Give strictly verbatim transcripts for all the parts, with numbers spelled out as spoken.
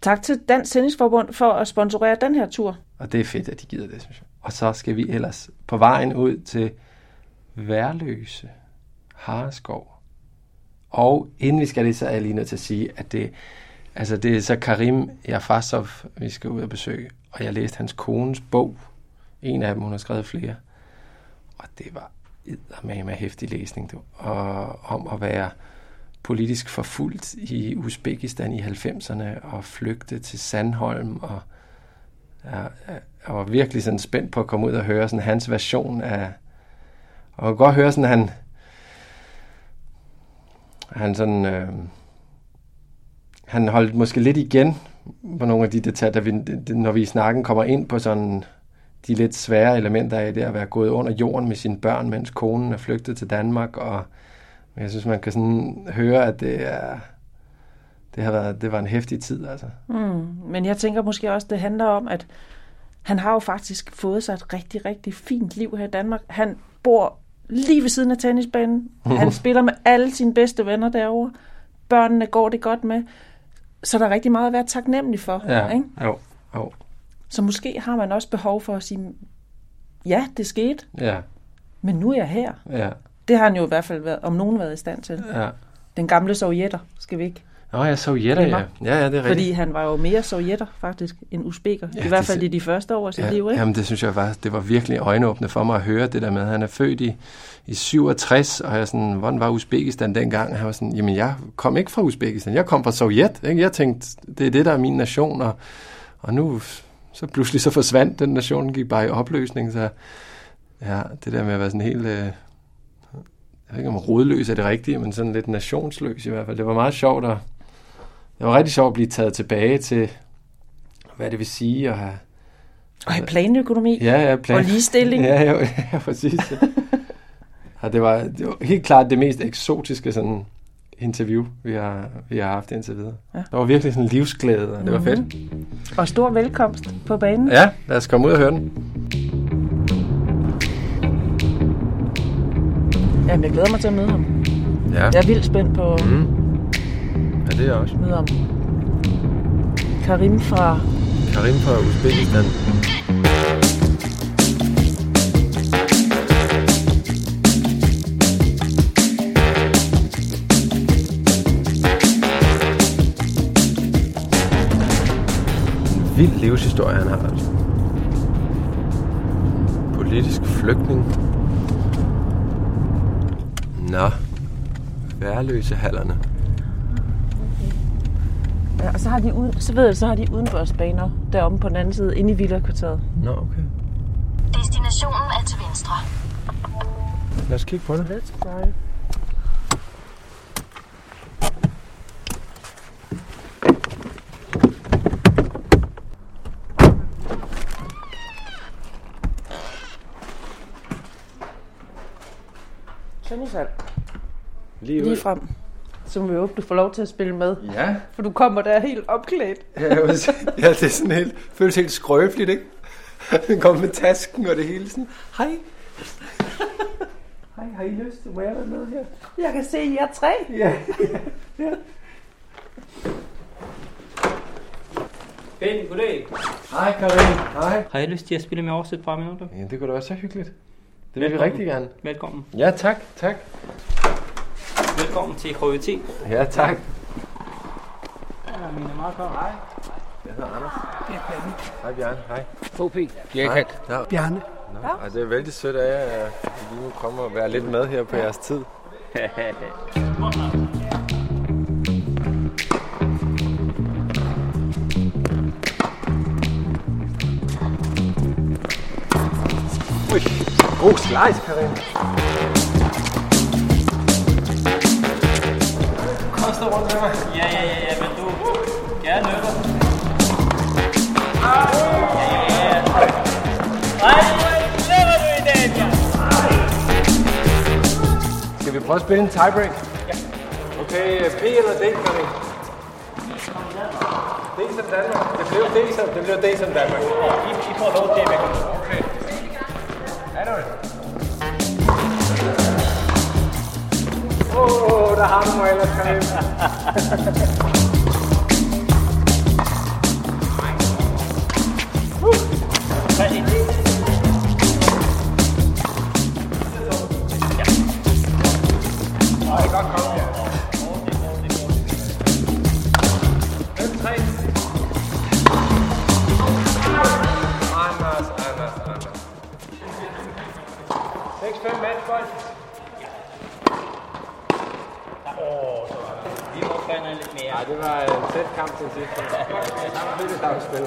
tak til Dansk Tennisforbund for at sponsorere den her tur. Og det er fedt, at de gider det, synes jeg. Og så skal vi ellers på vejen ud til Værløse, Hareskov. Og inden vi skal det, så er jeg lige nødt til at sige, at det, altså det er så Karim Jafasov, vi skal ud og besøge. Og jeg læste hans kones bog. En af dem, hun har skrevet flere. Og det var eddermame hæftig læsning, du. Og om at være politisk forfulgt i Uzbekistan i halvfemserne og flygte til Sandholm. Og ja, jeg var virkelig sådan spændt på at komme ud og høre sådan hans version af... Og jeg kunne godt høre sådan, at han... Han sådan... Øh, han holdt måske lidt igen på nogle af de detaljer, vi, når vi i snakken kommer ind på sådan de lidt svære elementer af det at være gået under jorden med sine børn, mens konen er flygtet til Danmark, og jeg synes, man kan sådan høre, at det er det har været, det var en heftig tid, altså. Mm, men jeg tænker måske også, det handler om, at han har jo faktisk fået sig et rigtig, rigtig fint liv her i Danmark. Han bor lige ved siden af tennisbanen. Han spiller med alle sine bedste venner derovre. Børnene går det godt med. Så der er rigtig meget at være taknemmelig for. Ja, ikke? Jo, jo. Så måske har man også behov for at sige, ja, det skete, ja. Men nu er jeg her. Ja. Det har han jo i hvert fald været, om nogen været i stand til. Ja. Den gamle sovjetter, skal vi ikke? Nå ja, sovjetter, ja. Ja, ja, det er rigtigt. Fordi han var jo mere sovjetter, faktisk, end uzbeker. Ja, I hvert fald i de første år af sit ja, liv, ikke? Jamen, det synes jeg var, det var virkelig øjenåbne for mig at høre det der med, han er født i, i syvogtres, og jeg sådan, hvordan var Uzbekistan dengang? Han var sådan, jamen, jeg kom ikke fra Uzbekistan, jeg kom fra Sovjet, ikke? Jeg tænkte, det er det, der er min nation, og, og nu, så pludselig så forsvandt den nation, gik bare i opløsning, så ja, det der med at være sådan helt... Øh, jeg ved ikke, om rodløs er det rigtige, men sådan lidt nationsløs i hvert fald. Det var meget sjovt, og det var rigtig sjovt at blive taget tilbage til, hvad det vil sige at have... Og have planøkonomi, ja, ja, plan... og ligestilling. Ja, ja, ja, præcis. Ja, det, var, det var helt klart det mest eksotiske sådan, interview, vi har, vi har haft indtil videre. Ja. Der var virkelig sådan livsglæde, og det var fedt. Mm-hmm. Og stor velkomst på banen. Ja, lad os komme ud og høre den. Jamen, jeg glæder mig til at møde ham. Ja. Jeg er vildt spændt på mm. Ja, det er jeg også. Møde ham. Karim fra... Karim fra Uzbekistan. En vild livshistorie, han har. Altså. Politisk flygtning. Nå, Værløsehallerne. Ja, og så har de uden, så ved jeg, så har de udenbordsbaner deromme på den anden side, inde i villakvarteret. Nå, okay. Destinationen er til venstre. Lad os kigge på det. Let's drive. Tennishal. Lige, Lige frem. Så må vi håbe, du får lov til at spille med. Ja. For du kommer der helt opklædt. Ja, ja, det er sådan helt, føles helt skrøbeligt, ikke? Den kommer med tasken og det hele sådan. Hej. Hej, har I lyst til at være med her? Jeg kan se, I er tre. Ja, ja, ja. Ben, goddag. Hej, Karin. Hej. Har I lyst til at spille med os et par minutter? Ja, det kunne da være så hyggeligt. Det vil vi rigtig gerne. Velkommen. Ja, tak, tak. Velkommen til H J T. Ja, tak. Ja, mine marker. Hej. Jeg hedder Anders. Hej, Bjarne. Hej. H P. Dirk. Ja. Bjarne. Nå, ja. Det er vældig sødt af jer, at I lige nu kommer og være lidt med her på jeres tid. Ui, god slice, Karin. Koster rundt med mig. Ja, ja, ja, ja, men du gerne nødder. Ja, ja, ja. Ej, hvad laver du i dag, ja? Skal vi prøve at spille en tiebreak? Ja. Okay, P eller D, Karin? D som Danmark. Det blev D som, det blev D som Danmark. Ja, I, I får lov til at være. Okay. Er du det? Åh, oh, der har du mig ellers, Karin. Vi må træne lidt mere. Nej, det var en tæt kamp til sidst. Det var virkelig stavt spil.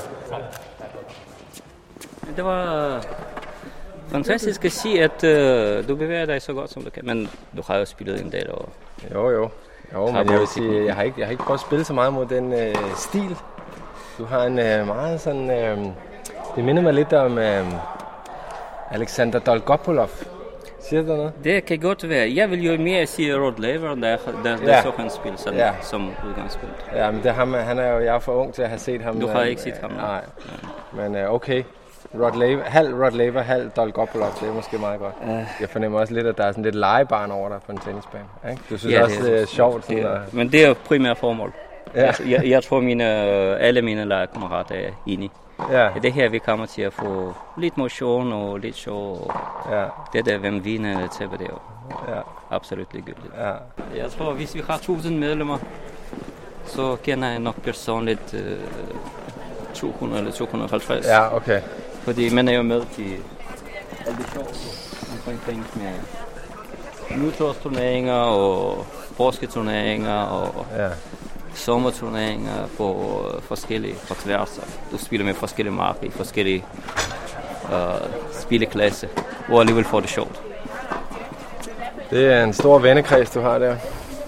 Det var fantastisk at sige, at øh, du bevæger dig så godt som du kan, men du har jo spillet en del. Og Jo, jo. Jo, men jeg vil sige, jeg har ikke, jeg har ikke prøvet at spille så meget mod den øh, stil. Du har en øh, meget sådan... Øh, det minder mig lidt om øh, Alexander Dolgopolov. Siger du noget? det kan godt være. Jeg vil jo mere sige Rod Laver, der, der, der Ja. så han spille sådan, Ja. som udgangspunkt. Ja, men det er ham, han er jo, jeg er for ung til at have set ham. Du har øh, ikke set ham, Nej, men øh, okay. Rod Laver, halv Rod Laver, halv Dolgopolov, det er måske meget godt. Jeg fornemmer også lidt, at der er sådan lidt legebarn over dig på en tennisbane. Ikke? Du synes Ja, også, det det er- er sjovt. Det, Sådan, er- men det er jo primært formål. Ja. Altså, jeg, jeg tror, mine, alle mine legekammerater er enige. ja, Det er her, vi kommer til at få lidt motion og lidt sjov. Og ja, det der, hvem vinder eller taber, det er jo ja, absolut ligegyldigt. ja. Jeg tror, hvis vi har tusind medlemmer, så kender jeg nok personligt øh, to hundrede eller to hundrede og halvtreds. Ja, okay. Fordi man er jo med til alle de sjov omkring med nytårsturneringer og påsketurneringer og Ja. sommerturneringer på forskellige på tværs. Du spiller med forskellige marker i forskellige uh, spilleklasser, og alligevel får det sjovt. Det er en stor vennekreds, du har der.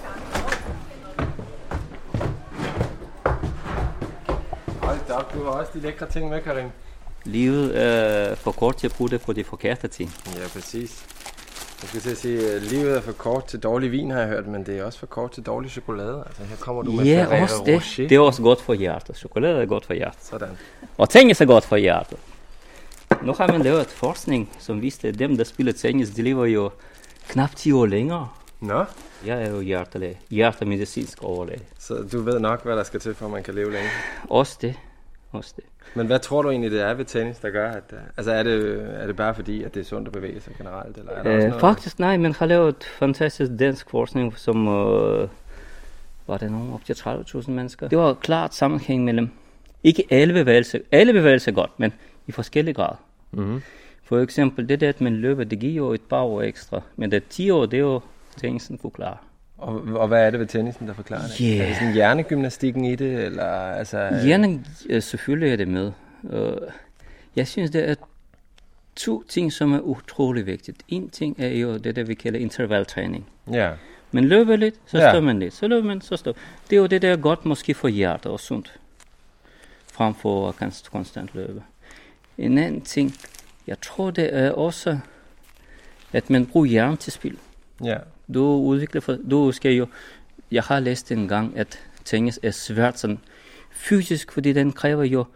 Hold da op, du har også de lækre ting med, Karim. Livet er for kort til at bruge det på de forkerte ting. Ja, præcis. Jeg skal til at sige, at livet er for kort til dårlig vin, har jeg hørt, men det er også for kort til dårlig chokolade. Altså, her kommer du med Ja, Ferrero også det. Rocher. Det er også godt for hjertet. Chokolade er godt for hjertet. Sådan. Og tennis er godt for hjertet. Nu har man lavet forskning, som viste, at dem, der spiller tennis, de lever jo knap ti år længere. Nå, Jeg er jo hjertelæge, hjertemedicinsk overlæge. så du ved nok, hvad der skal til, for at man kan leve længe. Også det. Også det. Men hvad tror du egentlig, det er ved tennis, der gør, at... uh, Altså, er det, er det bare fordi, at det er sundt at bevæge sig generelt, eller er der også Øh, noget? faktisk nej, man har lavet fantastisk dansk forskning, som øh, var det nogen op til tredive tusind mennesker. Det var klart sammenhæng mellem, ikke alle bevægelser, alle bevægelser godt, men i forskellige grad. Mhm. For eksempel det der, at man løber, det giver jo et par år ekstra, men det ti år, det er jo tennisen kunne klare. Og, og hvad er det ved tennisen, der forklarer det? Ja. Er det sådan hjernegymnastikken i det, eller altså... Hjernen, øh, selvfølgelig er det med. Øh, jeg synes, det er to ting, som er utrolig vigtigt. En ting er jo det, der vi kalder intervaltræning. Ja, Man løber lidt, så Ja. står man lidt. Så løber man, så står. Det er jo det, der er godt måske for hjertet og sundt. Frem for at konst- konstant løbe. En anden ting, jeg tror, det er også, at man bruger hjernen til spil. ja, Du udvikler for, du skal jo, jeg har læst en gang, at tennis er svært sådan fysisk, fordi den kræver jo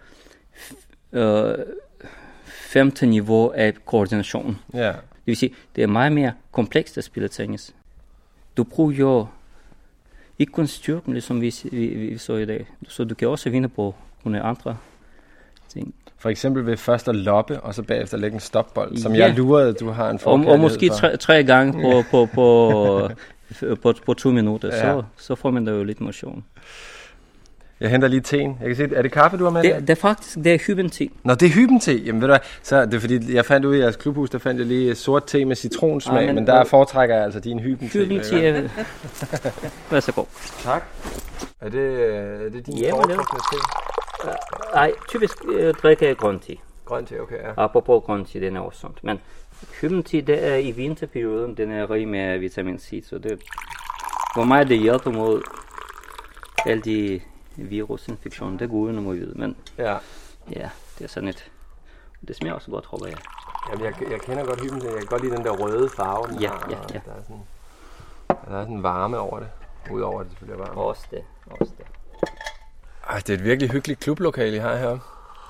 øh, femte niveau af koordination. ja, Det vil sige, det er meget mere komplekst at spille tennis. Du bruger jo ikke kun styrken, ligesom vi, vi, vi så i dag. Så du kan også vinde på nogle andre ting. For eksempel ved først at loppe, og så bagefter lægge en stopbold, som Ja. jeg lurede, du har en Og, forkærlighed og måske for. tre, tre gange på, på, på, på, på, på to minutter, Ja. så, så får man da jo lidt motion. Jeg henter lige teen. Jeg kan se, er det kaffe, du har med? Det, der? det er faktisk, det er hyben-te. Nå, det er hyben-te. Jamen ved du hvad, så det er fordi, jeg fandt ud i jeres klubhus, der fandt jeg lige sort te med citronsmag, Ej, men, men- men der foretrækker jeg altså din hyben-te. Hyben-te er... Vær så god. Tak. Er det, er det din Ja, men det- foretrukne te? Nej, typisk øh, drikker jeg grøn te. Grøn te, okay, ja. Apropos grøn te, den er også sundt. Men hyben-te, det er i vinterperioden, den er rig med vitamin C, så det for mig det hjælper mod alle de virusinfektioner, det går uden mod vide, men Ja. ja, det er sådan et, det smager også godt, tror jeg. Jamen, jeg, jeg kender godt hyben te. Jeg kan godt lide den der røde farve. Den Ja, har, ja, og ja. Der er sådan, der er sådan en varme over det. Udover at det selvfølgelig er varmt. Også det, også det. Ej, det er et virkelig hyggeligt klublokale, I har her.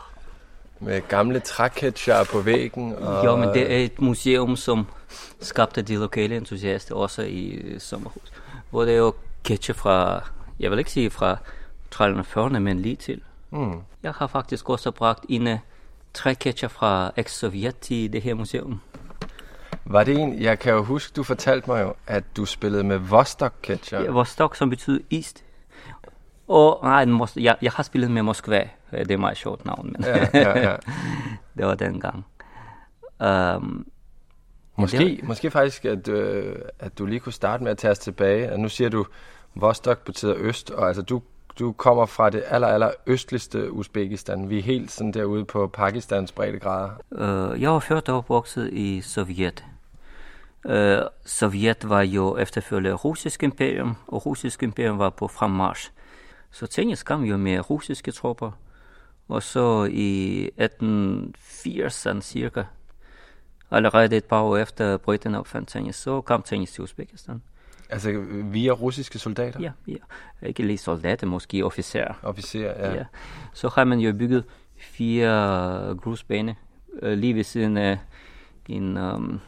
Med gamle træketcher på væggen. Og... Jo, men det er et museum, som skabte de lokale entusiaster også i øh, sommerhus. Hvor det er jo ketchup fra, jeg vil ikke sige fra tredive og fyrrerne, men lige til. Mm. Jeg har faktisk også bragt en uh, træketcher fra eks-Sovjet i det her museum. Var det en, jeg kan jo huske, du fortalte mig jo, at du spillede med Vostok-ketcher. Ja, Vostok, som betyder ist. Og nej, den Mos- jeg, jeg har spillet med Moskva. Det er meget sjovt navn, men Ja, ja, ja. det var dengang. Um, Måske, måske faktisk, at, øh, at du lige kunne starte med at tage os tilbage. Nu siger du, Vostok betyder øst, og altså du, du kommer fra det aller, aller østligste Uzbekistan. Vi er helt sådan derude på Pakistans breddegrader. Uh, jeg var født og opvokset i Sovjet. Uh, Sovjet var jo efterfølger af russisk imperium, og russisk imperium var på fremmarch. Så Tennis kom jo med russiske tropper, og så i atten firserne cirka, allerede et par år efter briterne opfandt tennis, så kom tennis til Uzbekistan. Altså via russiske soldater? Ja, ja. Ikke lige soldater, måske officerer. Officerer, ja. ja. Så har man jo bygget fire grusbaner uh, lige ved siden af en um,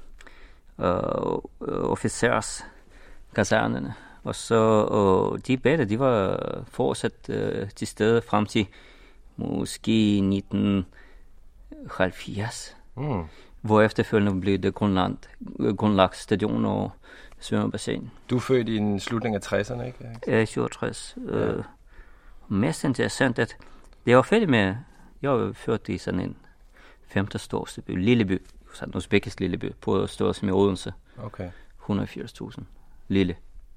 uh, officers kasernerne. Og så uh, de baner, de var fortsat uh, til stede frem til måske nitten halvfjerds. Mm. Hvor efterfølgende blev det grundlagt, grundlagt stadion og svømmebassin. Du er født i en slutning af tresserne, ikke? Ja, syvogtres. Ja. Uh, mest interessant, at jeg var færdig med, jeg var født i sådan en femte største by, lille by, sådan en uzbekisk lille by, på størrelse med Odense. Okay. et hundrede og firs tusind. Lille.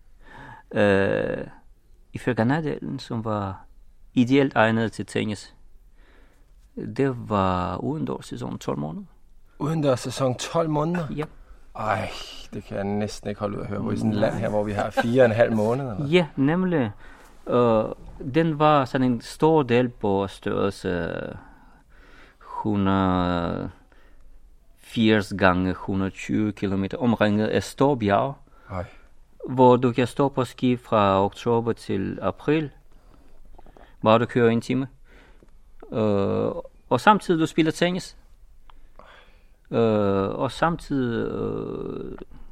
Uh, I Ferganadalen, som var ideelt egnet til tennis, det var udendørs sæson tolv måneder. Udendørs sæson tolv måneder? Ja. Ej, det kan jeg næsten ikke holde ud at høre på i sådan et land her, hvor vi har fire og en halv måned. Eller? Ja, nemlig. Uh, den var sådan en stor del på størrelse et hundrede og firs gange et hundrede og tyve kilometer omringet af store bjerge, Ej. hvor du kan stå på ski fra oktober til april, hvor du kører en time. Uh, og samtidig du spiller tennis. Uh, og samtidig uh,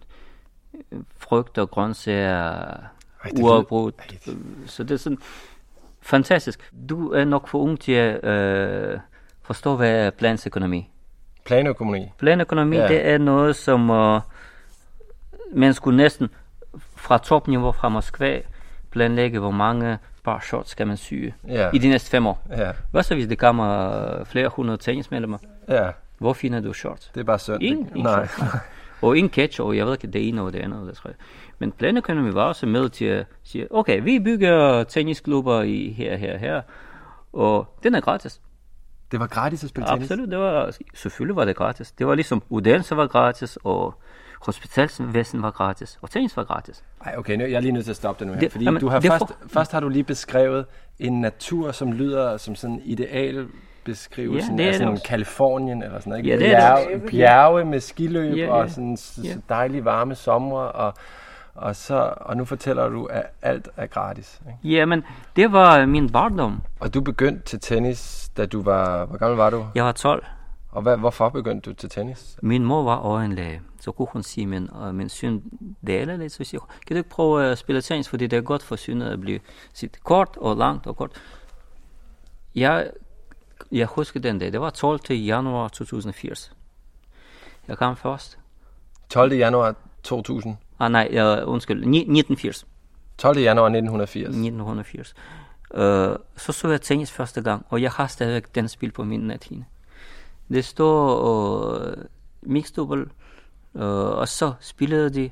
frugt og grøntsager uafbrudt. Så det er sådan fantastisk. Du er nok for ung til at uh, forstå, hvad er plansøkonomi. Planøkonomi? Planøkonomi, ja. Det er noget, som uh, man skulle næsten fra topniveau fra Moskva planlægge, hvor mange par shorts skal man sy ja. i de næste fem år. Ja. Hvad så, hvis det kommer flere hundrede tennismedlemmer? Ja. Hvor finder du shorts? Det er bare synd. Ingen, ingen Nej. Og ingen catch, og jeg ved ikke, det ene og det andet. Det tror jeg. Men planøkonomi var også med til at sige, okay, vi bygger tennisklubber i her, her, her, og den er gratis. Det var gratis at spille tennis? Absolut, det var, selvfølgelig var det gratis. Det var ligesom, uddannelse var gratis, og hospitalsvæsen var gratis, og tennis var gratis. Ej, okay, nu, jeg er lige nødt til at stoppe det nu her, det, fordi jamen, du har først, for... først har du lige beskrevet en natur, som lyder som sådan en ideal beskrivelsen ja, af sådan Kalifornien eller sådan noget. Ja, det bjerge, det. bjerge med skiløb ja, ja. og sådan ja. dejlige varme somre og og så og nu fortæller du at alt er gratis. Ikke? Ja, men det var min barndom. Og du begyndte til tennis, da du var hvor gammel var du? Jeg var tolv. Og hvad, hvorfor begyndte du til tennis? Min mor var øjenlæge, så kunne hun sige, men og min syn deler lidt, så siger hun, kan du ikke prøve at spille tennis, fordi det er godt for synet at blive sit kort og langt og kort. Jeg Jeg husker den dag. Det var tolvte januar to tusind og firs. Jeg kom først. tolvte januar to tusind? Ah nej, uh, undskyld. nitten firs. tolvte januar nitten firs? nitten firs. Uh, så så jeg tennis første gang, og jeg har stadigvæk den spil på min nethinde. Det står uh, mixdouble, uh, og så spillede de,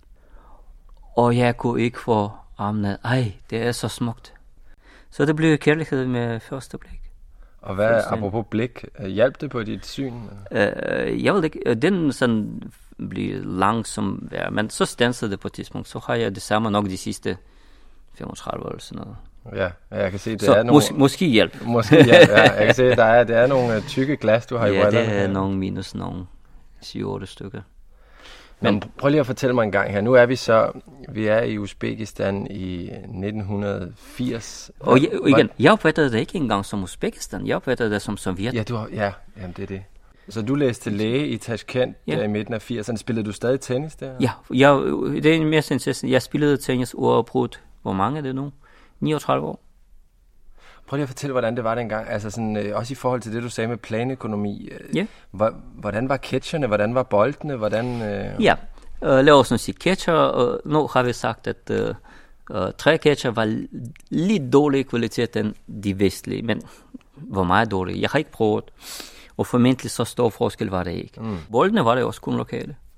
og jeg kunne ikke få armene. Ej, det er så smukt. Så det blev kærlighed med første blik. Og hvad, apropos blik, hjalp det på dit syn? Uh, jeg ved ikke, den sådan blev langsom, ja, men så standsede det på et tidspunkt, så har jeg det samme nok de sidste femogtredive eller sådan noget. Ja, jeg kan se, det så er nogle... Mås- måske hjælp. Måske hjælp, ja. Jeg kan se, der er, det er nogle tykke glas, du har ja, i brillerne. Ja, det er nogle minus nogle syv otte stykker. Men, Men prøv lige at fortælle mig en gang her. Nu er vi så, vi er i Uzbekistan i nitten firs. Og jeg, igen, jeg opfattede det ikke engang som Uzbekistan. Jeg opfattede det som Sovjet. Ja, du har, ja, jamen det er det. Så du læste læge i Tashkent ja. der i midten af firserne. Spillede du stadig tennis der? Ja, jeg, det er mest interessant. Jeg spillede tennis uafbrudt. Hvor mange er det nu? niogtredive år. Prøv lige at fortælle, hvordan det var dengang. Altså sådan, øh, også i forhold til det, du sagde med planøkonomi. Øh, ja. Hvordan var catcherne? Hvordan var boldene? Hvordan, øh... Ja, uh, lad os nu sige catcher. Uh, nu har vi sagt, at uh, uh, tre catcher var lidt dårlige kvalitet end de vestlige, men var meget dårlige. Jeg har ikke prøvet, og formentlig så stor forskel var det ikke. Mm. Boldene var det også kun lokale.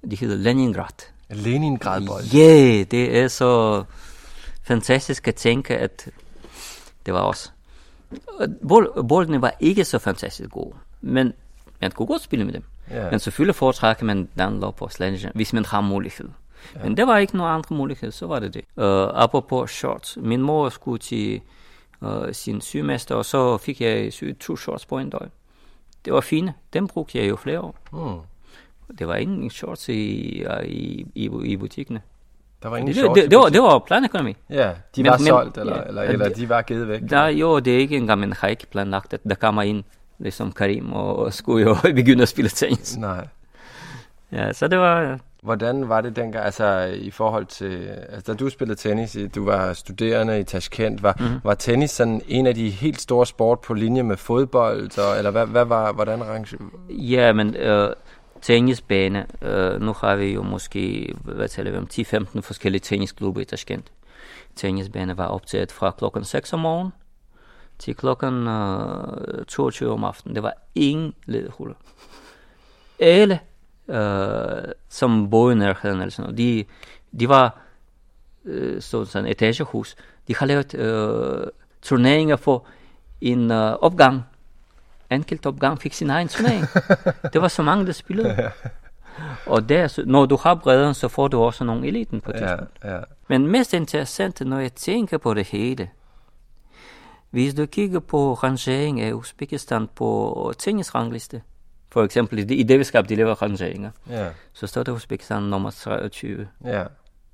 de hedder Leningrad. Leningrad-bold. Ja, yeah, det er så fantastisk at tænke, at det var også. Boldene var ikke så fantastisk gode, men man kunne godt spille med dem. Yeah. Men selvfølgelig foretrækker man Dunlop og Slangen, hvis man har mulighed. Yeah. Men der var ikke nogen andre mulighed, så var det det. Uh, apropos shorts. Min mor skulle til uh, sin sygemester, og så fik jeg syet to shorts på en døgn. Det var fine. Dem brugte jeg jo flere år. Mm. Det var ingen shorts i, i, i, i butikkerne. Der var ingen det, shorts det, det, var, det var planøkonomi. Ja, de men, var men, solgt, eller, ja, eller, eller de var givet væk. Der, jo, det er ikke engang, man har ikke planlagt, at der kommer ind, ligesom Karim, og, og skulle jo begynde at spille tennis. Nej. Ja, så det var... Hvordan var det dengang, altså i forhold til, altså da du spillede tennis, du var studerende i Tashkent, var, mm-hmm. var tennis sådan en af de helt store sport på linje med fodbold, og, eller hvad, hvad var, hvordan arrangeret? Ja, men øh, tennisbane, øh, nu har vi jo måske, hvad taler vi om, ti til femten forskellige tennisklubber i Tashkent. Tennisbane var optaget fra klokken seks om morgenen til klokken øh, toogtyve om aftenen. Det var ingen lederhuller. Alle Uh, som boede i nærheden eller sådan noget. De, de var uh, sådan et etagehus. De har lavet uh, turneringer for en uh, opgang. Enkelt opgang fik sin egen turnering. Det var så mange, der spillede. Og der, når du har bredden, så får du også nogle eliten på tidspunkt. Ja, ja. Men mest interessant, når jeg tænker på det hele, hvis du kigger på rangering af Uzbekistan på tennisrangliste, for eksempel i det, vi skabte, de laver rangeringer. Yeah. Så står der Uzbekistan nummer treogtyve. Yeah.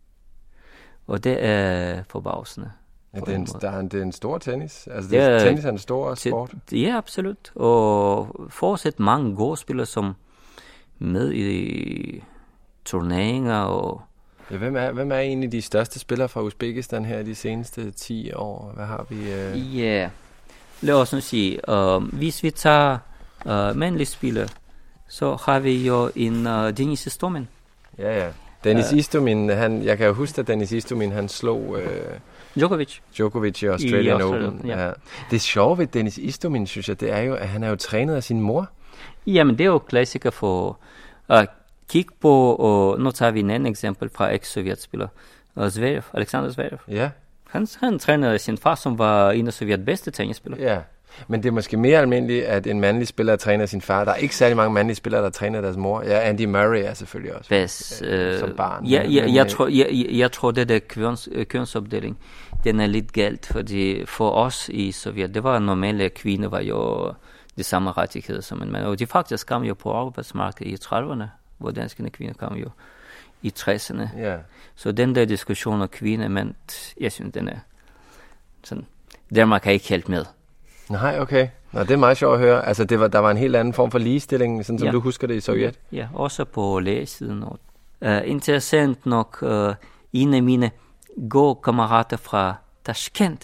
Og det er forbavsende. Ja, det, er en, der er en, det er en stor tennis. Altså, det er, tennis er en stor sport. Ja, absolut. Og fortsat mange gode spillere, som med i turneringer. Og ja, hvem, er, hvem er egentlig de største spillere fra Uzbekistan her de seneste ti år? Hvad har vi? Uh... Ja, yeah. Lad os nu sige, uh, hvis vi tager Uh, mandlige spillere, så har vi jo en uh, Denis Istomin. Ja, ja. Denis uh, Istomin, han, jeg kan jo huske, at Denis Istomin, han slog uh, Djokovic. Djokovic i Australian I Open. Ja. Ja. Det sjove ved Denis Istomin, synes jeg, det er jo, at han er jo trænet af sin mor. Jamen, det er jo klassiker for uh, kig på, og nu tager vi en anden eksempel fra eks-sovjetspiller, uh, Zverev, Alexander Zverev. Ja. Han, han trænede sin far, som var en af Sovjets bedste tennisspillere. Ja. Men det er måske mere almindeligt, at en mandlig spiller træner sin far. Der er ikke særlig mange mandlige spillere, der træner deres mor. Ja, Andy Murray er selvfølgelig også. Bas, øh, som barn. Ja, ja, jeg, tror, jeg, jeg tror, det der køns, kønsopdeling, den er lidt galt, fordi for os i Sovjet, det var normalt, at kvinder var jo de samme rettigheder som en mand. Og de faktisk kom jo på arbejdsmarkedet i trediverne, hvor danske kvinder kom jo i tresserne. Yeah. Så den der diskussion af kvinder, men jeg synes, den er sådan, Danmark er ikke helt med. Nej, okay. Nå, det er meget sjovt at høre. Altså, det var, der var en helt anden form for ligestilling, sådan som ja. Du husker det i Sovjet. Ja, ja, også på lægesiden. Uh, interessant nok, uh, en af mine gode kammerater fra Tashkent,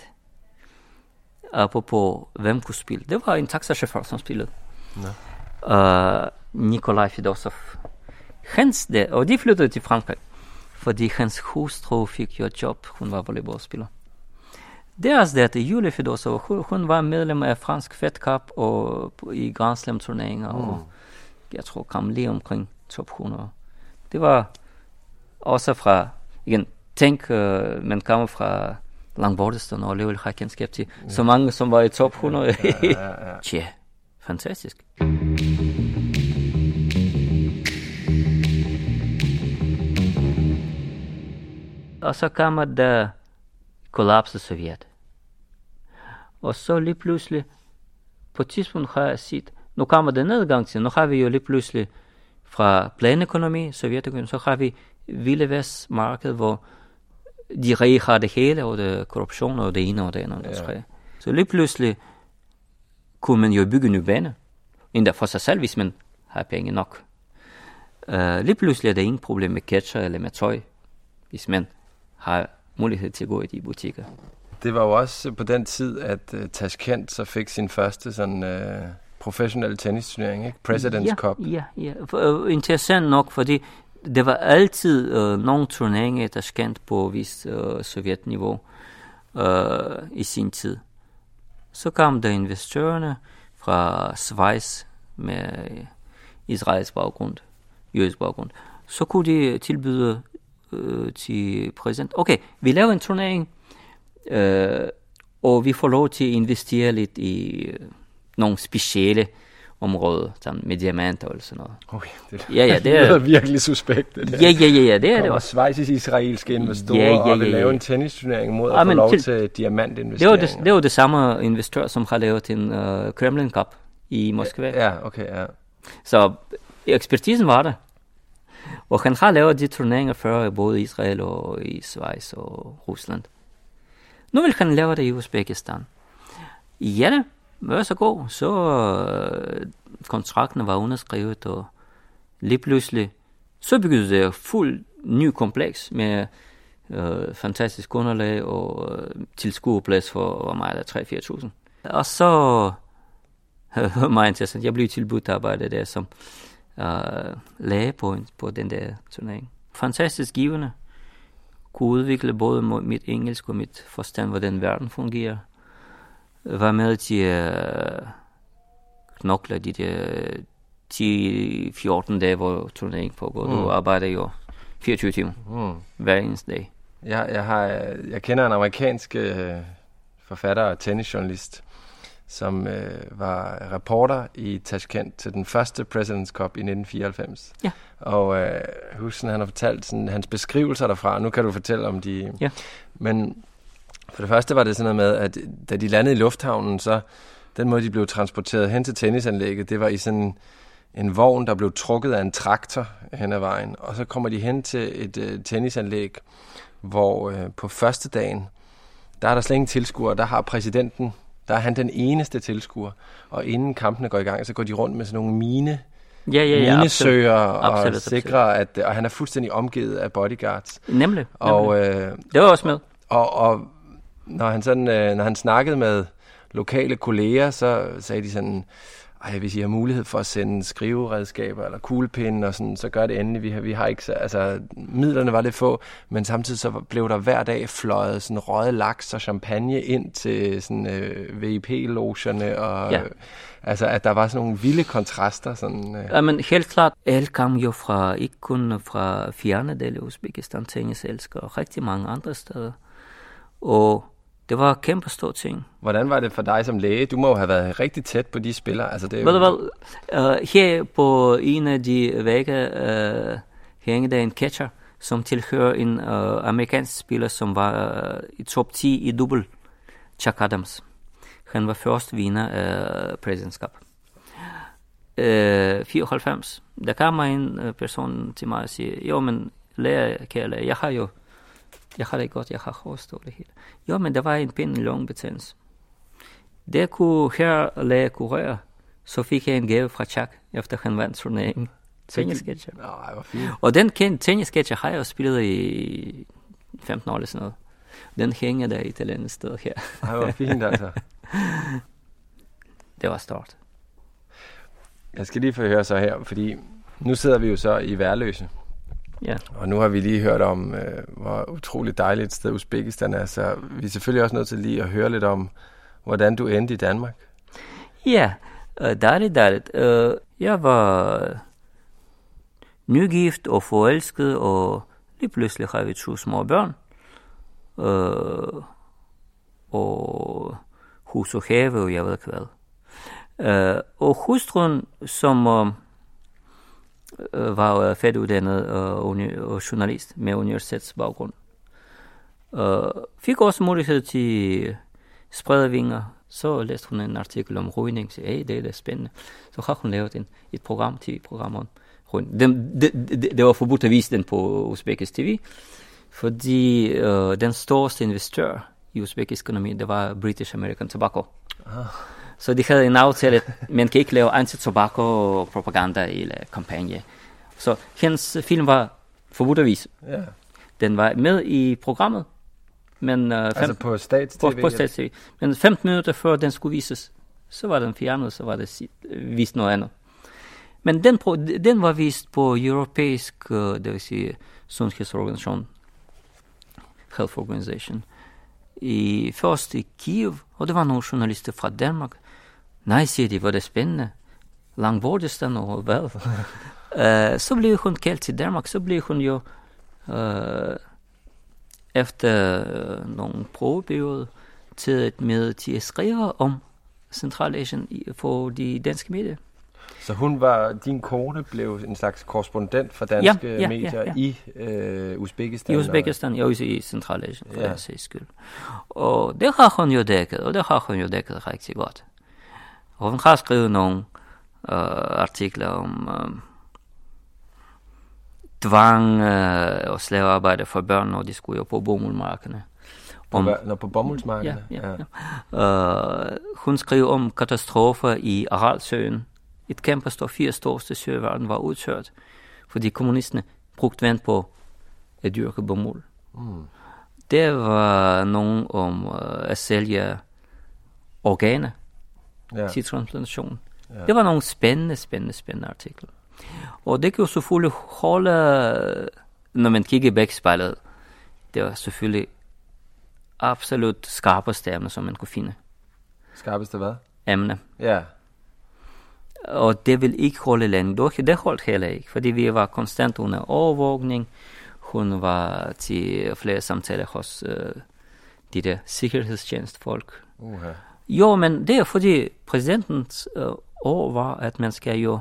apropos hvem kunne spille, det var en taxachauffør, som spillede. Uh, Nikolaj Fedosov. Hans der, og de flyttede til Frankrig, fordi hans hustru fik jo job, hun var volleyballspiller. Deres der, Julie Fedosov, hun, hun var medlem af Fransk Fed Cup og i Grand Slam turneringer, mm. og jeg tror kom lige omkring top hundrede. Det var også fra, igen, tænk, uh, man kommer fra Langbortistan og alligevel har kendskab til ja. Så mange, som var i top hundrede. Ja, ja, ja, ja. Tja, fantastisk. Og så kommer der kollapset Sovjet. Og så lige pludselig, på et tidspunkt har jeg set, nu kommer der nedgang til, nu har vi jo lige pludselig fra planøkonomi, Sovjetøkonomi, så har vi Vilde Vestmarked, hvor de rige har det hele, og det er korruption, og det ene og det andet. Ja. Så lige pludselig kunne man jo bygge en ny bane, endda for sig selv, hvis man har penge nok. Uh, lige pludselig er der ingen problem med ketcher eller med tøj, hvis man har mulighed til at gå i de butikker. Det var jo også på den tid, at uh, Tashkent så fik sin første sådan uh, professionelle tennisturnering, ikke? President's ja, Cup. Ja, ja. For, uh, interessant nok, fordi det var altid uh, nogle turneringer i Tashkent på vist uh, sovjetniveau uh, i sin tid. Så kom der investorerne fra Schweiz med israelsk baggrund, jødisk baggrund. så kunne de tilbyde øh, til præsident, okay, vi laver en turnering, øh, og vi får lov til at investere lidt i øh, nogle specielle områder, sådan med diamanter eller sådan noget. Okay, det, ja, ja, det er virkelig suspekt. Det der. Ja, ja, ja, ja, det er det også. Schweizisk-israelske investorer ja, ja, ja, og vil ja. lave en tennisturnering mod ja, at få lov til, til diamantinvesteringer. Det var det, det var det samme investor, som har lavet en uh, Kremlin Cup i Moskva. Ja, okay, ja. Så ekspertisen var der. Og han har lavet de turneringer før, både i Israel og i Schweiz og Rusland. Nu vil han lave det i Uzbekistan. Ja, det var så god. Så uh, kontrakten var underskrevet, og lige pludselig så byggede det fuld ny kompleks med uh, fantastisk underlag og uh, tilskuerplads for, hvor meget er tre til fire tusind. Og så var meget interessant. Jeg blev tilbudt at arbejde der som uh, læge på, på den der turnering. Fantastisk givende. Kunne udvikle både mit engelsk og mit forstand, hvordan verden fungerer. Var med til at uh, knokle de der ti til fjorten dage, hvor turneringen pågår. Mm. Du arbejder jo fireogtyve timer mm. hver eneste dag. Jeg, jeg, har, jeg kender en amerikansk øh, forfatter og tennisjournalist, som øh, var reporter i Tashkent til den første President's Cup i nitten fireoghalvfems. Ja. Og øh, husk, han har fortalt sådan, hans beskrivelser derfra. Nu kan du fortælle om de... Ja. Men for det første var det sådan noget med, at da de landede i lufthavnen, så den måde, de blev transporteret hen til tennisanlægget, det var i sådan en vogn, der blev trukket af en traktor hen ad vejen. Og så kommer de hen til et øh, tennisanlæg, hvor øh, på første dagen, der er der slet ingen tilskuere. Der har præsidenten, der er han den eneste tilskuer. Og inden kampene går i gang, så går de rundt med sådan nogle mine, ja, ja, ja, minesøger og absolut, sikrer, at og han er fuldstændig omgivet af bodyguards. Nemlig. Og, øh, det var også med. Og, og når han sådan, øh, når han snakkede med lokale kolleger, så sagde de sådan, ej, hvis I har mulighed for at sende skriveredskaber eller kuglepinde og sådan, så gør det endelig. Vi har, vi har ikke, så, altså, midlerne var lidt få, men samtidig så blev der hver dag fløjet sådan røget laks og champagne ind til sådan øh, V I P-logerne, og ja. øh, altså, at der var sådan nogle vilde kontraster. Sådan, øh. Ja, men helt klart, alle kom jo fra, ikke kun fra fjerne dele af Uzbekistan, tenniselsker og rigtig mange andre steder. Og det var kæmpe stor ting. Hvordan var det for dig som læge? Du må jo have været rigtig tæt på de spillere. Altså, det er Ved du jo... hvad? Uh, her på en af de vægge uh, hænger der en catcher, som tilhører en uh, amerikansk spiller, som var uh, i top ti i dubbel. Chuck Adams. Han var først vinder af President's Cup. Uh, fireoghalvfems. Der kom en uh, person til mig og siger, jo, men lærer, kære lærer, jeg har jo Jeg har det godt, jeg har hårstået det hele. Jo, men der var en pind lungebetændelse. Der kunne her læge kurere, så fik jeg en gave fra Chuck, efter han vandt turneringen. Tennisketcher. Nej, hvor fint. Og den tennisketcher har jeg jo spillet i femten år eller sådan noget. Den hænger der i et eller andet sted her. Nej, hvor fint altså. Det var stort. Jeg skal lige få høre så her, fordi nu sidder vi jo så i Værløse. Ja. Og nu har vi lige hørt om, øh, hvor utroligt dejligt et sted Uzbekistan er, så vi er selvfølgelig også nødt til lige at høre lidt om, hvordan du endte i Danmark. Ja, uh, dejligt, dejligt. Uh, jeg var nygift og forelsket, og lige pludselig har vi to små børn. Uh, og hus og have, og jeg ved ikke hvad. Uh, og hustruen, som... Uh, var færdiguddannet og, uni- og journalist med universitetsbaggrund. Uh, fik også mulighed til sprede vinger. Så læste hun en artikel om rygning. Så hey, det er spændende. Så har hun lavet en, et program til program om rygning. Det, det, det, det var forbudt at vise den på Uzbekisk T V, fordi uh, den største investor i Uzbekisk økonomi, det var British American Tobacco. Ah. Så de havde en aftale, man kan ikke lave anti-tobacco-propaganda eller kampagne. Så hendes film var forbudt at vise. Yeah. Den var med i programmet. Men, uh, altså fem, på Stats-T V? På, på Stats-T V. Men femten minutter før den skulle vises, så var den fjernet, så var det vist noget andet. Men den, den var vist på europæisk, uh, det vil sige, sundhedsorganisation, Health Organization, i først i Kiev, og det var nogle journalister fra Danmark. Nej, siger de, var det spændende. Langbordistan og hvad? Uh, så blev hun kaldt til Danmark, så blev hun jo uh, efter uh, nogle prøveperioder taget med til at skrive om Centralasien for de danske medier. Så hun var, din kone blev en slags korrespondent for danske ja, ja, medier ja, ja. i øh, Uzbekistan? I Uzbekistan, og også i Centralasien, for ja. den sags skyld. Og det har hun jo dækket, og det har hun jo dækket rigtig godt. Og hun har skrevet nogle øh, artikler om øh, tvang øh, og slavearbejde for børn, når de skulle jo på bomuldmarkerne. På, om, når på bomuldsmarkederne? Ja, ja, ja. Uh, hun skrev om katastrofer i Aralsøen. Et kæmpe stort, fire største sø i verden var udtørt, fordi kommunisterne brugte vand på at dyrke bomuld. Mm. Der var nogen om uh, at sælge organer ja. til transplantation. Ja. Det var nogle spændende, spændende, spændende artikler. Og det kan jo selvfølgelig holde, når man kigger i bagspejlet, det var selvfølgelig absolut skarpeste emne, som man kunne finde. Skarpeste hvad? Emne. Ja. Og det vil ikke holde længe. Det holdt heller ikke, fordi vi var konstant under overvågning. Hun var til flere samtaler hos øh, de der sikkerhedstjenestfolk. Uh-huh. Jo, men det er fordi præsidentens øh, år var, at man skal jo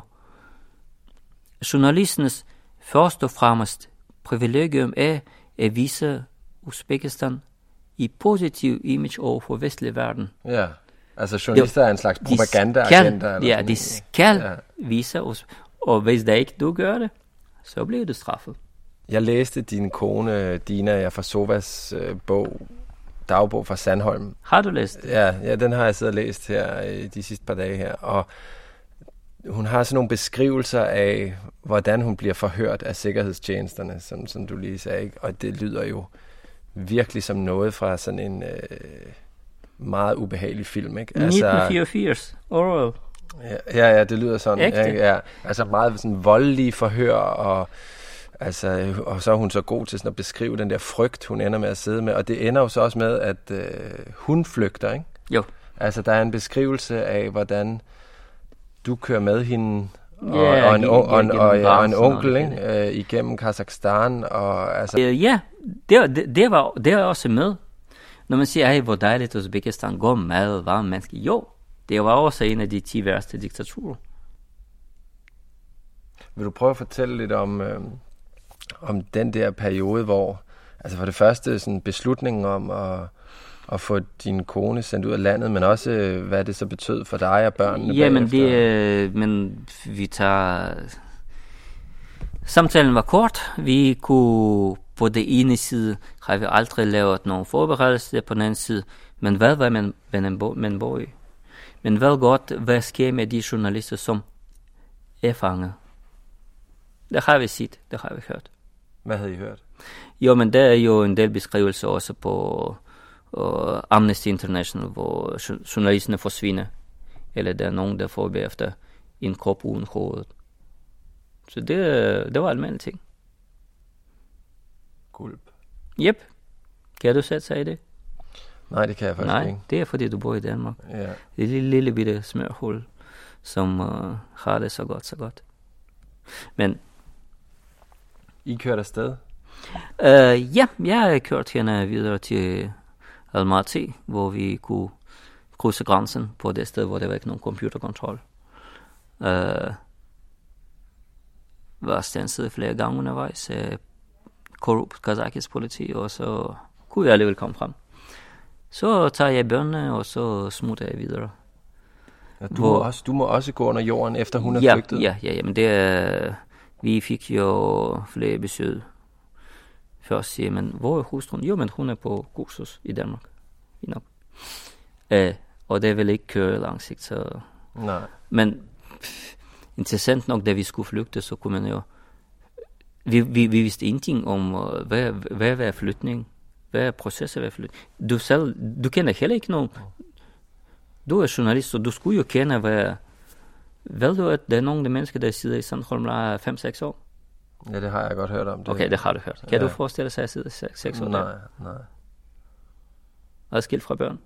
journalistens først og fremmest privilegium er at vise Uzbekistan i positiv image over for vestlig verden. Ja, altså journalister jo, er en slags propaganda-agenter. Ja, sådan. de skal ja. vise os, og hvis der ikke du gør det, så bliver du straffet. Jeg læste din kone, Dina Jaffarsovas øh, bog, dagbog fra Sandholm. Har du læst det? Ja, ja, den har jeg siddet og læst her øh, de sidste par dage her, og hun har sådan nogle beskrivelser af, hvordan hun bliver forhørt af sikkerhedstjenesterne, som, som du lige sagde, ikke? Og det lyder jo virkelig som noget fra sådan en øh, meget ubehagelig film, ikke? Altså, nitten fireogfirs, Orwell. Ja, ja, ja, det lyder sådan. Ægte? Ja, ja, altså meget sådan voldelige forhør, og, altså, og så er hun så god til sådan at beskrive den der frygt, hun ender med at sidde med, og det ender jo så også med, at øh, hun flygter, ikke? Jo. Altså, der er en beskrivelse af, hvordan du kører med hende, og, yeah, og, en, og, og, og, og en onkel, ikke? Øh, igennem Kazakhstan, og altså... Uh, ja, det, det, det, var, det var også med. Når man siger, hvor dejligt Uzbekistan går mad, varme mennesker. Jo, det var også en af de ti værste diktaturer. Vil du prøve at fortælle lidt om, øh, om den der periode, hvor... Altså for det første sådan beslutningen om at, at få din kone sendt ud af landet, men også hvad det så betød for dig og børnene ja, bagefter. Men, det, men vi tager... Samtalen var kort. Vi kunne på det ene side har vi aldrig lavet nogen forberedelse, på den anden side. Men hvad var man, man, man bor i? Men hvad godt, hvad sker med de journalister, som er fanget? Det har vi set, det har vi hørt. Hvad havde I hørt? Jo, men der er jo en del beskrivelser også på uh, Amnesty International, hvor journalisterne forsvinder. Eller der er nogen, der får efter en krop uden hovedet. Så det, det var almindelige ting. Gulp. Jep. Kan du sætte sig i det? Nej, det kan jeg faktisk Nej, ikke. det er fordi du bor i Danmark. Ja. Det er et lille, lille bitte smørhul, som uh, har det så godt, så godt. Men... I kørte afsted? Uh, ja, jeg har kørt hende videre til Almaty, hvor vi kunne krydse grænsen på det sted, hvor der var ikke nogen computerkontrol. Uh, var standset flere gange undervejs af korrupt kazakisk politi, og så kunne jeg alligevel komme frem. Så tager jeg børnene, og så smutter jeg videre. Ja, du, hvor, må også, du må også gå under jorden, efter hun ja, er flygtet? Ja, ja, ja, men det er... Vi fik jo flere besøg. Først siger man, hvor er hustruen? Jo, men hun er på kursus i Danmark. I nok. Uh, og det vil ikke køre langsigt, så... Nej. Men pff, interessant nok, da vi skulle flygte, så kunne man jo... Vi, vi, vi vidste ingenting om, uh, hvad, hvad er flytning? Hvad er processen ved flytning? Du selv, du kender heller ikke nogen. Du er journalist, så du skulle jo kende, hvad... Ved du, at der er nogle af de mennesker, der sidder i Sandholm, der er fem seks år? Ja, det har jeg godt hørt om. Det. Okay, det har du hørt. Kan ja. du forestille sig, at jeg sidder seks år nej, der? Nej, nej. Og er skilt fra børn.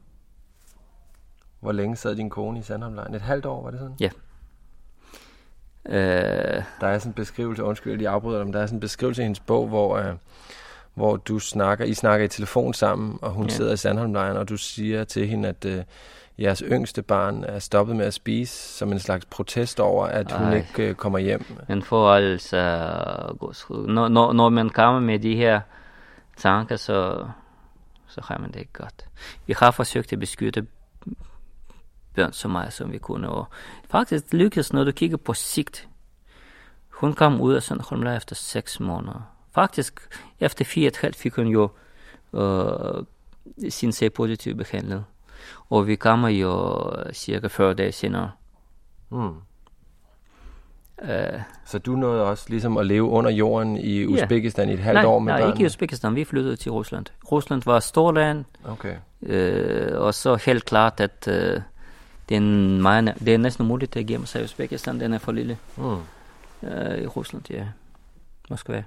Hvor længe sad din kone i Sandholmlejren? Et halvt år, var det sådan? Ja. Øh, Der er sådan en beskrivelse, undskyld, jeg lige afbryder dig, men der er sådan en beskrivelse i hendes bog, hvor, øh, hvor du snakker, I snakker i telefon sammen, og hun ja. sidder i Sandholmlejren, og du siger til hende, at øh, jeres yngste barn er stoppet med at spise, som en slags protest over, at hun Ej. ikke øh, kommer hjem. Men for altså, når, når, når man kommer med de her tanker, så, så har man det ikke godt. Vi har forsøgt at beskytte børn så meget, som vi kunne, og faktisk lykkedes, når du kigger på sigt. Hun kom ud af Sandholmlejren efter seks måneder. Faktisk, efter fire og et halvt fik hun jo øh, sin C-positiv behandlet. Og vi kommer jo cirka fyrre dage senere. Mm. Uh, så du nåede også ligesom at leve under jorden i Uzbekistan yeah. i et halvt nej, år med nej, børn? Nej, ikke i Uzbekistan. Vi flyttede til Rusland. Rusland var et stort land. Okay. Uh, og så helt klart, at uh, det, er en meget, det er næsten umuligt at gemme sig i Uzbekistan. Den er for lille. Mm. Uh, I Rusland, ja. Moskva.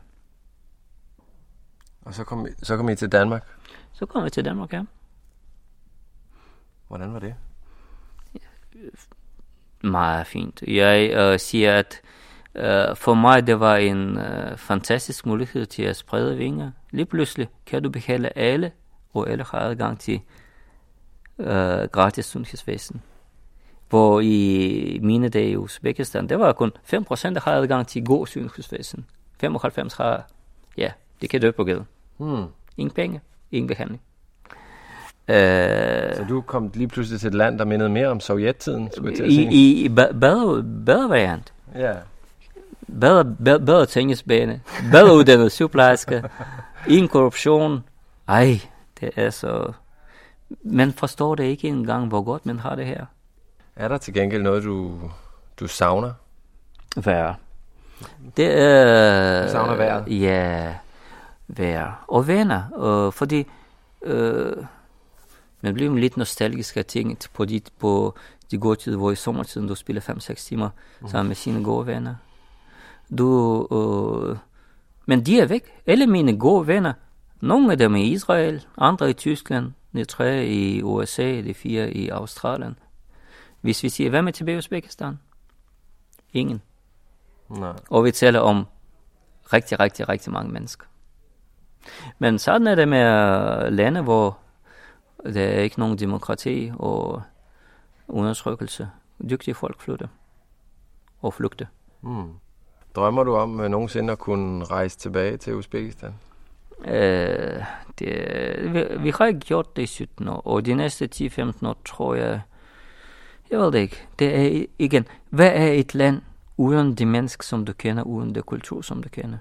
Og så kom, I, så kom I til Danmark? Så kom vi til Danmark, ja. Hvordan var det? Meget fint. Jeg øh, siger, at øh, for mig det var en øh, fantastisk mulighed til at sprede vinger. Lige pludselig kan du behandle alle, og alle har adgang til øh, gratis sundhedsvæsen. Hvor i mine dage i Uzbekistan, det var kun fem procent, der har adgang til god sundhedsvæsen. femoghalvfems har, ja, det kan dø på gaden. Hmm. Ingen penge, ingen behandling. Uh, så du kom lige pludselig til et land, der mindede mere om sovjettiden, skulle jeg til at i, sige? I bedre, bedre variant. Ja. Yeah. Bedre, bedre, bedre tennisbane, bedre uddannet sygeplejerske, ingen korruption. Ej, det er så... Man forstår det ikke engang, hvor godt man har det her. Er der til gengæld noget, du, du savner? Vejr. Det er... Du savner vejret? Ja, vejr. Og venner, øh, fordi... Øh, man bliver lidt nostalgisk af ting på de, på de gode tider, hvor i sommertiden du spiller fem seks timer mm. sammen med sine gode venner. Du, øh, men de er væk. Alle mine gode venner, nogle af dem i Israel, andre i Tyskland, de tre i U S A, de fire i Australien. Hvis vi siger, hvad med tilbage i Uzbekistan? Ingen. Nej. Og vi taler om rigtig, rigtig, rigtig mange mennesker. Men sådan er det med lande, hvor der er ikke nogen demokrati og undertrykkelse. Dygtige folk flytter og flygter. Mm. Drømmer du om uh, nogensinde at kunne rejse tilbage til Uzbekistan? Uh, det, vi, vi har ikke gjort det i sytten år, og de næste ti femten år tror jeg, jeg ved det ikke. Det er igen, hvad er et land uden de mennesker, som du kender, uden det kultur, som du kender?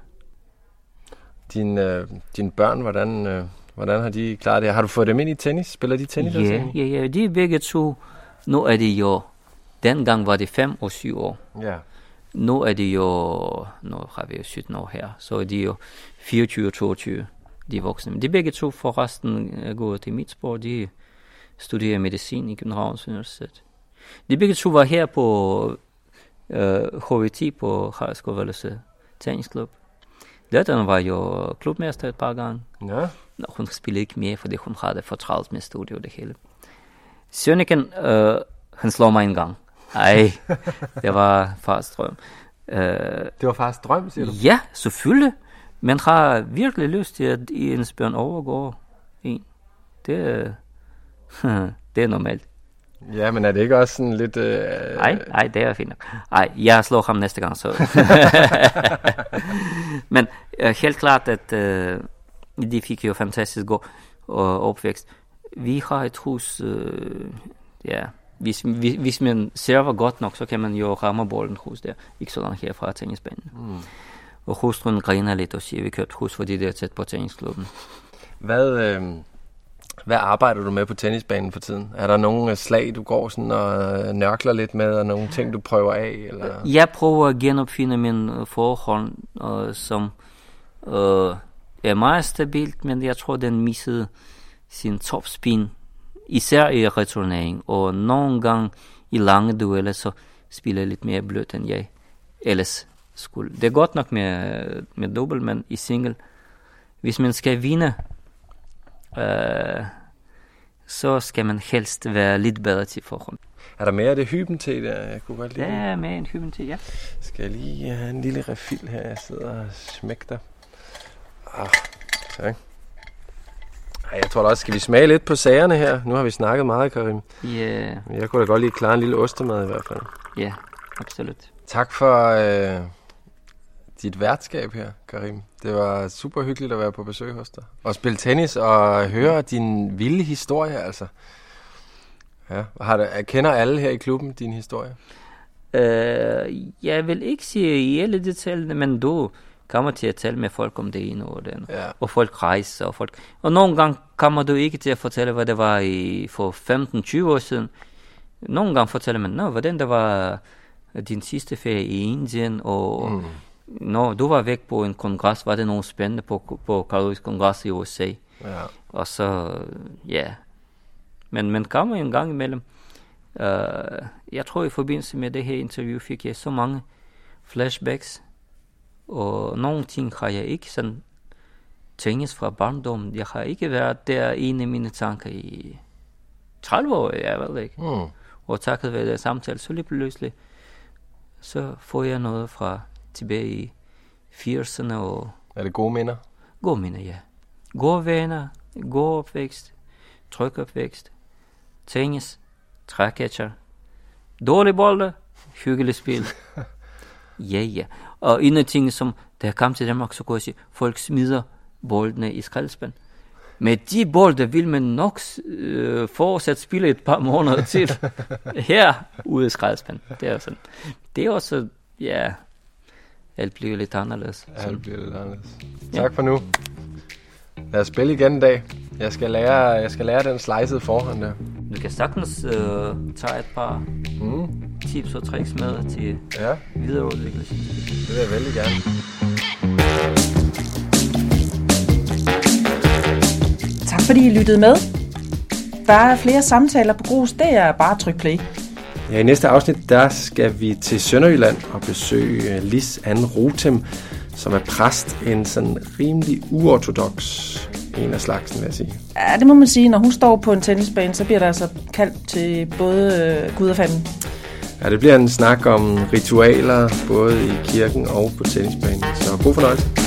Din, uh, dine børn, hvordan... Uh Hvordan har de klaret det? Har du fået dem ind i tennis? Spiller de tennis? Ja, ja, ja. De er begge to. Nu er de jo... Dengang var det fem og syv år. Ja. Nu er de jo... Nu har vi jo sytten år her. Så er de jo fireogtyve og toogtyve. De er voksne. Men de begge to forresten går til mit sport. De studerer medicin i Københavns Universitet. De begge to var her på øh, H V T på Haraldsgård tennisklub. Datteren var jo klubmester et par gange. Ja. Nå, hun spiller ikke mere, fordi hun har det for travlt med studie og det hele. Sønneken, øh, han slår mig en gang. Ej, det var fars drøm. Øh, det var fars drøm, siger du? Ja, selvfølgelig. Man har virkelig lyst til, at ens børn overgår en. Det, øh, det er normalt. Ja, men er det ikke også sådan lidt... Øh... Ej, ej, det er fint nok. Ej, jeg slår ham næste gang, så... Men øh, helt klart, at øh, de fik jo fantastisk god øh, opvækst. Vi har et hus... Øh, ja, hvis, hvis, hvis man server godt nok, så kan man jo ramme bolden hos der. Ikke så langt herfra af tennisbanen. Mm. Og hustruen griner lidt og siger, vi købte hus, fordi det er tæt på tennisklubben. Hvad... Øh... Hvad arbejder du med på tennisbanen for tiden? Er der nogle slag, du går sådan og nørkler lidt med, og nogle ting, du prøver af? Eller? Jeg prøver at genopfinde min forhold, øh, som øh, er meget stabilt, men jeg tror, den missede sin topspin, især i returnering. Og nogle gange i lange dueller, så spiller jeg lidt mere blødt, end jeg ellers skulle. Det er godt nok med, med dobbelt, men i single, hvis man skal vinde, Uh, så skal man helst være lidt bedre til forhånd. Er der mere af det hyben-te der? Jeg kunne godt lide. Der er med en hyben-te, ja. Skal jeg lige have en lille refill her? Jeg sidder og smægter. Ah, tak. Ej, jeg tror da også, skal vi smage lidt på sagerne her? Nu har vi snakket meget, Karim. Ja. Yeah. Jeg kunne da godt lige klare en lille ostemad i hvert fald. Ja, yeah, absolut. Tak for øh, dit værtskab her, Karim. Det var super hyggeligt at være på besøg hos dig. Og spille tennis og høre din vilde historie, altså. Ja, har du, kender alle her i klubben din historie? Uh, jeg vil ikke sige i alle detaljerne, men du kommer til at tale med folk om det ene og det andet. Ja. Og folk rejser. Og, folk... og nogle gange kommer du ikke til at fortælle, hvad det var i, for femten til tyve år siden. Nogle gange fortæller man, nå, hvordan der var din sidste ferie i Indien, og mm. når du var væk på en kongres, var det noget spændende på, på Karolus kongres i U S A. Ja. Og så, ja. Men man kommer en gang imellem. Uh, jeg tror, i forbindelse med det her interview fik jeg så mange flashbacks, og nogle ting har jeg ikke sådan tænkt fra barndommen. Jeg har ikke været der inde i mine tanker i tredive år, jeg ved ikke. Mm. Og takket være det samtale, så lige pludselig, så får jeg noget fra tilbage i firserne. Og er det gode minder? Gode minder, ja. Gode venner, god opvækst, tryg opvækst, tennis, trækatcher, dårlige bolde, hyggeligt spil. Ja, ja. Og en af tingene, som da jeg kom til Danmark, så kunne jeg sige, folk smider boldene i skraldespand. Med de bolde vil man nok øh, fortsat spille et par måneder til her ude i skraldespand. Det er sådan. Det er også, ja, alt bliver lidt anderledes. Alt bliver lidt anderledes. Tak ja. for nu. Lad os spille igen en dag. Jeg skal lære, jeg skal lære den slicede forhånd der. Du kan sagtens øh, tage et par mm. tips og tricks med til ja. videreudvikling. Det vil jeg vældig gerne. Tak fordi I lyttede med. Der er flere samtaler på Grus, det er bare at trykke play. Ja, i næste afsnit, der skal vi til Sønderjylland og besøge Lis Anne Rotem, som er præst, en sådan rimelig uortodox en af slagsen, vil jeg sige. Ja, det må man sige. Når hun står på en tennisbane, så bliver der altså kaldt til både øh, Gud og fanden. Ja, det bliver en snak om ritualer, både i kirken og på tennisbanen. Så god fornøjelse.